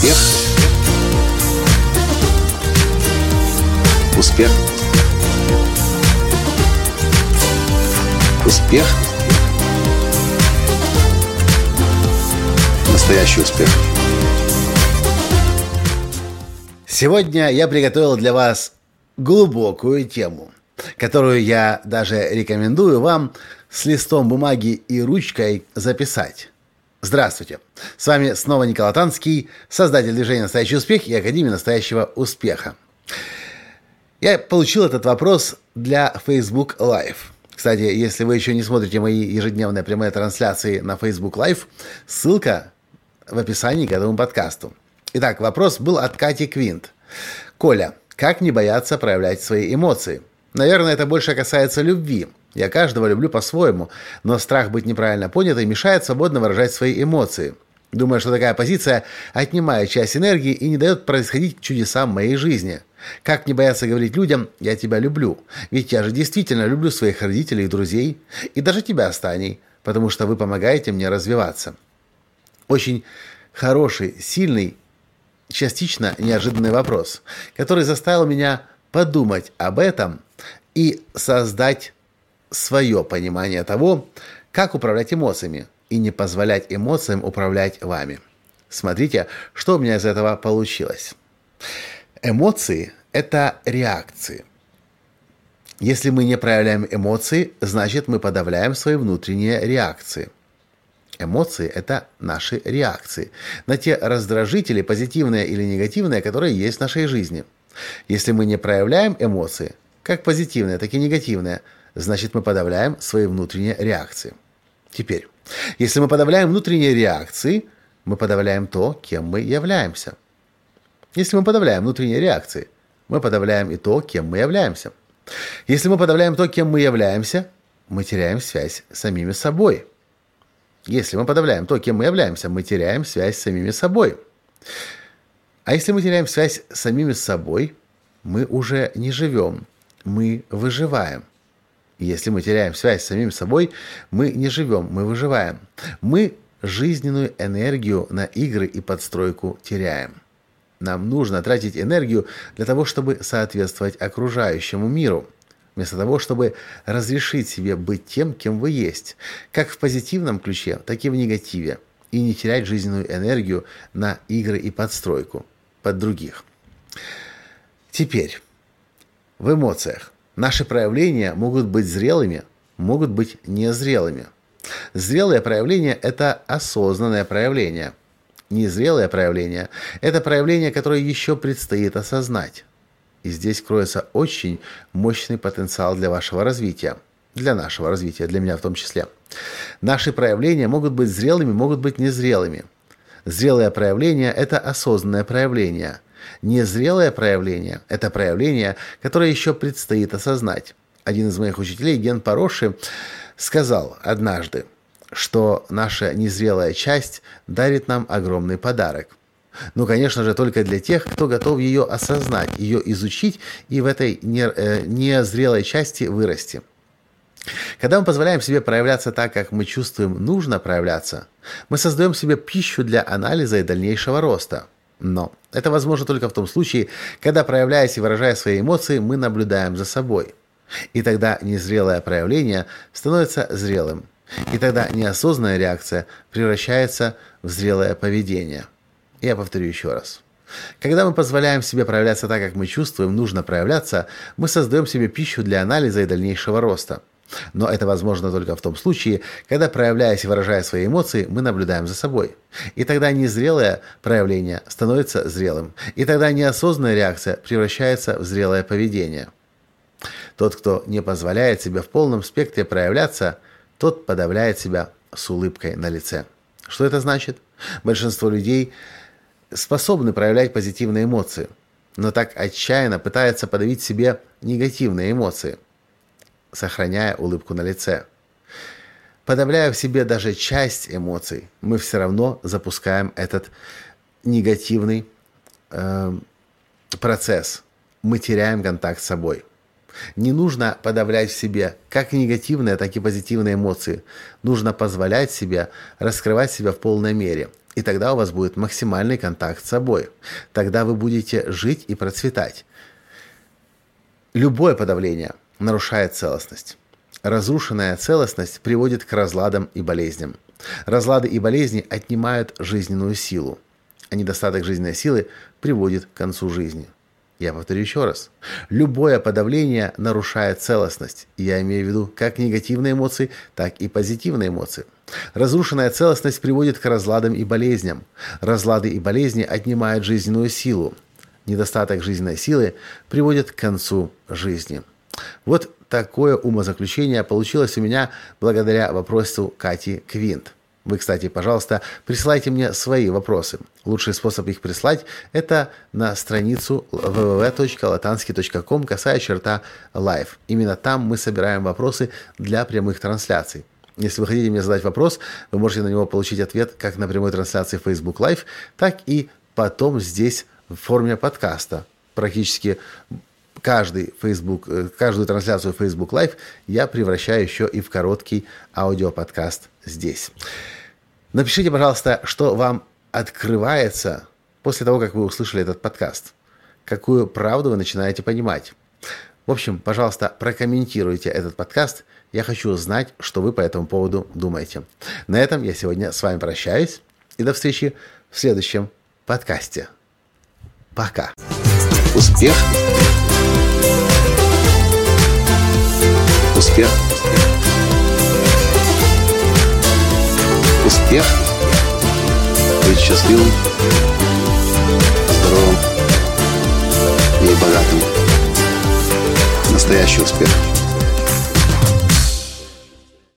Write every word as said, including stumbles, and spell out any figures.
Успех. Успех. Успех. Настоящий успех. Сегодня я приготовил для вас глубокую тему, которую я даже рекомендую вам с листом бумаги и ручкой записать. Здравствуйте! С вами снова Николай Танский, создатель движения «Настоящий успех» и Академии настоящего успеха. Я получил этот вопрос для Facebook Live. Кстати, если вы еще не смотрите мои ежедневные прямые трансляции на Facebook Live, ссылка в описании к этому подкасту. Итак, вопрос был от Кати Квинт. Коля, как не бояться проявлять свои эмоции? Наверное, это больше касается любви. Я каждого люблю по-своему, но страх быть неправильно понятой мешает свободно выражать свои эмоции. Думаю, что такая позиция отнимает часть энергии и не дает происходить чудесам в моей жизни. Как не бояться говорить людям «я тебя люблю»? Ведь я же действительно люблю своих родителей и друзей, и даже тебя, Станей, потому что вы помогаете мне развиваться. Очень хороший, сильный, частично неожиданный вопрос, который заставил меня подумать об этом и создать свое понимание того, как управлять эмоциями и не позволять эмоциям управлять вами. Смотрите, что у меня из этого получилось. Эмоции – это реакции. Если мы не проявляем эмоции, значит мы подавляем свои внутренние реакции. Эмоции – это наши реакции на те раздражители, позитивные или негативные, которые есть в нашей жизни. Если мы не проявляем эмоции, как позитивные, так и негативные, значит мы подавляем свои внутренние реакции. Теперь, если мы подавляем внутренние реакции, мы подавляем то, кем мы являемся. Если мы подавляем внутренние реакции, мы подавляем и то, кем мы являемся. Если мы подавляем то, кем мы являемся, мы теряем связь с самими собой. Если мы подавляем то, кем мы являемся, мы теряем связь с самими собой. А если мы теряем связь с самими собой, мы уже не живем, мы выживаем. Если мы теряем связь с самим собой, мы не живем, мы выживаем. Мы жизненную энергию на игры и подстройку теряем. Нам нужно тратить энергию для того, чтобы соответствовать окружающему миру, вместо того, чтобы разрешить себе быть тем, кем вы есть, как в позитивном ключе, так и в негативе, и не терять жизненную энергию на игры и подстройку под других. Теперь, в эмоциях. Наши проявления могут быть зрелыми, могут быть незрелыми. Зрелое проявление – это осознанное проявление. Незрелое проявление – это проявление, которое еще предстоит осознать. И здесь кроется очень мощный потенциал для вашего развития. Для нашего развития, для меня в том числе. Наши проявления могут быть зрелыми, могут быть незрелыми. Зрелое проявление – это осознанное проявление. Незрелое проявление – это проявление, которое еще предстоит осознать. Один из моих учителей, Ген Пороши, сказал однажды, что наша незрелая часть дарит нам огромный подарок. Ну, конечно же, только для тех, кто готов ее осознать, ее изучить и в этой не, э, незрелой части вырасти. Когда мы позволяем себе проявляться так, как мы чувствуем нужно проявляться, мы создаем себе пищу для анализа и дальнейшего роста. Но это возможно только в том случае, когда, проявляясь и выражая свои эмоции, мы наблюдаем за собой. И тогда незрелое проявление становится зрелым. И тогда неосознанная реакция превращается в зрелое поведение. Я повторю еще раз. Когда мы позволяем себе проявляться так, как мы чувствуем нужно проявляться, мы создаем себе пищу для анализа и дальнейшего роста. Но это возможно только в том случае, когда, проявляясь и выражая свои эмоции, мы наблюдаем за собой. И тогда незрелое проявление становится зрелым. И тогда неосознанная реакция превращается в зрелое поведение. Тот, кто не позволяет себе в полном спектре проявляться, тот подавляет себя с улыбкой на лице. Что это значит? Большинство людей способны проявлять позитивные эмоции, но так отчаянно пытаются подавить в себе негативные эмоции, сохраняя улыбку на лице. Подавляя в себе даже часть эмоций, мы все равно запускаем этот негативный э, процесс. Мы теряем контакт с собой. Не нужно подавлять в себе как негативные, так и позитивные эмоции. Нужно позволять себе раскрывать себя в полной мере. И тогда у вас будет максимальный контакт с собой. Тогда вы будете жить и процветать. Любое подавление нарушает целостность. Разрушенная целостность приводит к разладам и болезням. Разлады и болезни отнимают жизненную силу, а недостаток жизненной силы приводит к концу жизни. Я повторю еще раз. Любое подавление нарушает целостность. Я имею в виду как негативные эмоции, так и позитивные эмоции. Разрушенная целостность приводит к разладам и болезням. Разлады и болезни отнимают жизненную силу. Недостаток жизненной силы приводит к концу жизни. Вот такое умозаключение получилось у меня благодаря вопросу Кати Квинт. Вы, кстати, пожалуйста, присылайте мне свои вопросы. Лучший способ их прислать – это на страницу дабл ю дабл ю дабл ю точка латанский точка ком, косая черта лайв. Именно там мы собираем вопросы для прямых трансляций. Если вы хотите мне задать вопрос, вы можете на него получить ответ как на прямой трансляции в Facebook Live, так и потом здесь в форме подкаста. Практически каждый Facebook, каждую трансляцию Facebook Live я превращаю еще и в короткий аудиоподкаст здесь. Напишите, пожалуйста, что вам открывается после того, как вы услышали этот подкаст. Какую правду вы начинаете понимать. В общем, пожалуйста, прокомментируйте этот подкаст. Я хочу знать, что вы по этому поводу думаете. На этом я сегодня с вами прощаюсь. И до встречи в следующем подкасте. Пока. Успех. Успех. Успех. Быть счастливым, здоровым и богатым. Настоящий успех.